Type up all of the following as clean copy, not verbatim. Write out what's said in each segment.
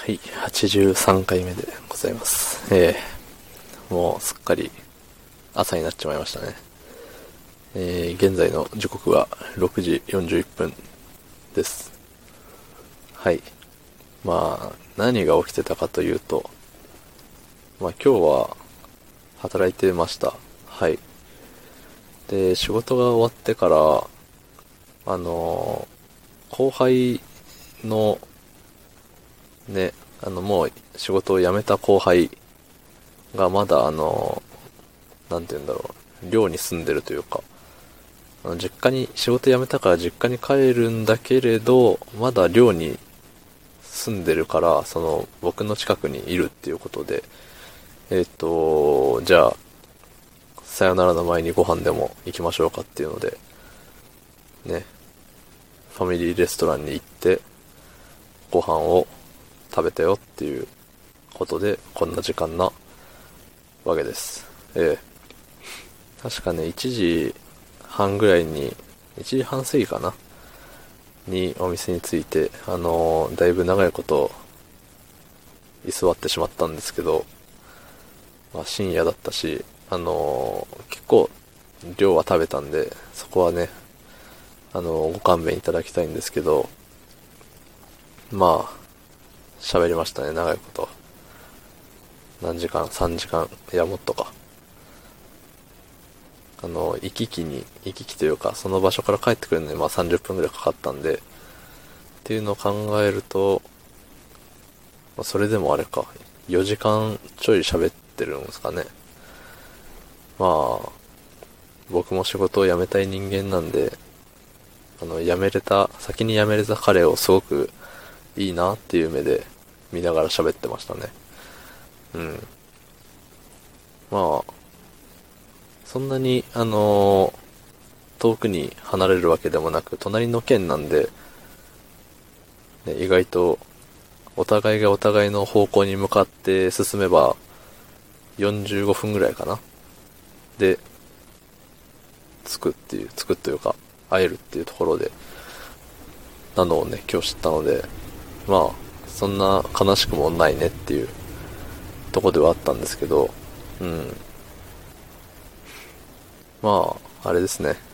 はい、83回目でございます。もうすっかり朝になっちまいましたね。現在の時刻は6時41分です。はい。まあ、何が起きてたかというと、まあ今日は働いてました。はい。で、仕事が終わってから、後輩のね、もう仕事を辞めた後輩がまだなんて言うんだろう、寮に住んでるというか、実家に、仕事辞めたから実家に帰るんだけれど、まだ寮に住んでるから、僕の近くにいるっていうことで、じゃあ、さよならの前にご飯でも行きましょうかっていうので、ね、ファミリーレストランに行って、ご飯を食べたよっていうことで、こんな時間なわけです。確かね、1時半ぐらいに、1時半過ぎかなにお店に着いて、だいぶ長いこと居座ってしまったんですけど、まあ深夜だったし、結構量は食べたんで、そこはね、ご勘弁いただきたいんですけど、まあ、喋りましたね、長いこと。何時間 ?3 時間、いやもっとか。行き来というか、その場所から帰ってくるのにまあ30分くらいかかったんで、っていうのを考えると、それでもあれか、4時間ちょい喋ってるんですかね。まあ、僕も仕事を辞めたい人間なんで、先に辞めれた彼をすごくいいなっていう目で見ながら喋ってましたね。うん。まあ、そんなに、遠くに離れるわけでもなく、隣の県なんで、ね、意外と、お互いがお互いの方向に向かって進めば、45分ぐらいかな。で、着くというか、会えるっていうところで、なのをね、今日知ったので、まあ、そんな悲しくもないねっていうとこではあったんですけど、うん。まあ、あれですね。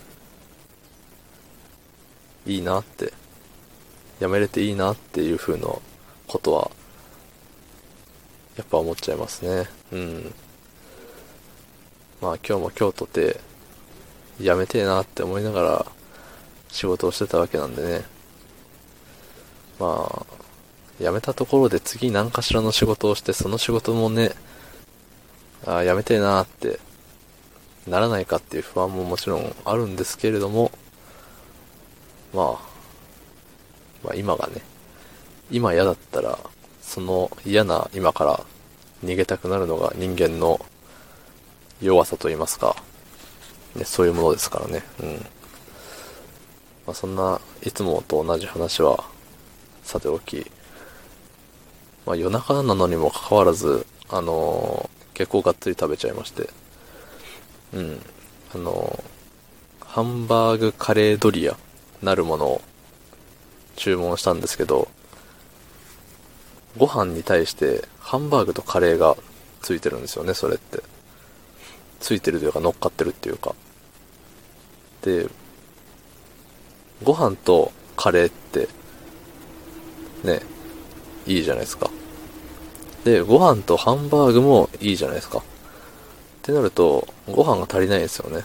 いいなって、やめれていいなっていう風なことは、やっぱ思っちゃいますね。うん。まあ今日も今日とて、やめてえなって思いながら仕事をしてたわけなんでね。まあ、辞めたところで次何かしらの仕事をして、その仕事もね、辞めてえなってならないかっていう不安ももちろんあるんですけれども、まあ、まあ今がね、今嫌だったら、その嫌な今から逃げたくなるのが人間の弱さと言いますか、ね、そういうものですからね。うん。まあそんないつもと同じ話はさておき、まあ夜中なのにもかかわらず、結構がっつり食べちゃいまして、うん。ハンバーグカレードリアなるものを注文したんですけど、ご飯に対してハンバーグとカレーがついてるんですよね、それって。ついてるというか乗っかってるっていうか。で、ご飯とカレーってね、いいじゃないですか。で、ご飯とハンバーグもいいじゃないですか。ってなると、ご飯が足りないんですよね。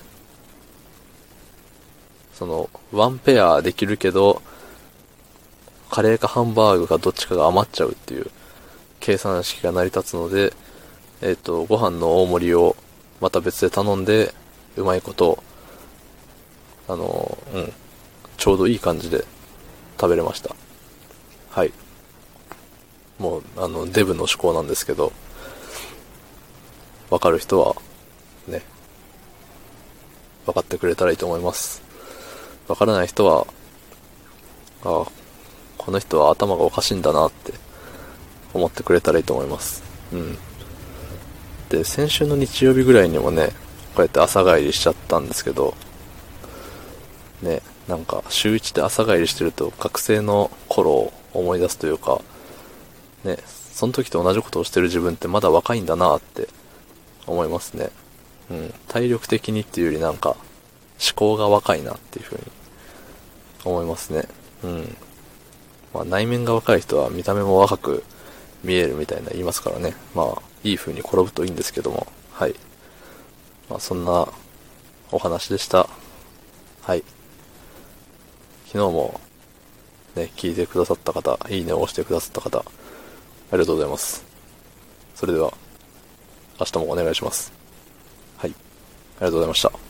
ワンペアできるけど、カレーかハンバーグかどっちかが余っちゃうっていう計算式が成り立つので、ご飯の大盛りをまた別で頼んで、うまいこと、ちょうどいい感じで食べれました。はい。もう、デブの思考なんですけど、わかる人は、ね、わかってくれたらいいと思います。わからない人は、ああ、この人は頭がおかしいんだなって思ってくれたらいいと思います。うん。で、先週の日曜日ぐらいにもね、こうやって朝帰りしちゃったんですけど、ね、週一で朝帰りしてると学生の頃を思い出すというか、 ね、その時と同じことをしてる自分ってまだ若いんだなって思いますね。うん。体力的にっていうよりなんか、思考が若いなっていう風に思いますね。うん。まあ内面が若い人は見た目も若く見えるみたいな言いますからね。まあ、いい風に転ぶといいんですけども。はい。まあそんなお話でした。はい。昨日もね、聞いてくださった方、いいねを押してくださった方、ありがとうございます。それでは、明日もお願いします。はい。ありがとうございました。